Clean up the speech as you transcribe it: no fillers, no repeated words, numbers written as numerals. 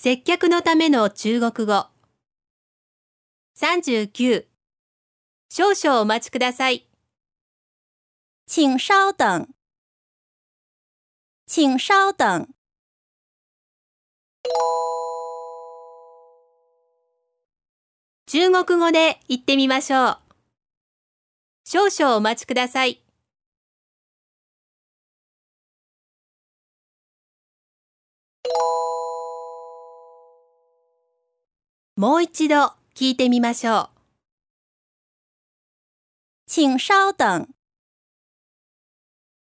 接客のための中国語。39、少々お待ちください。 请稍等。请稍等。 中国語で言ってみましょう。少々お待ちください。もう一度聞いてみましょう。 请稍等。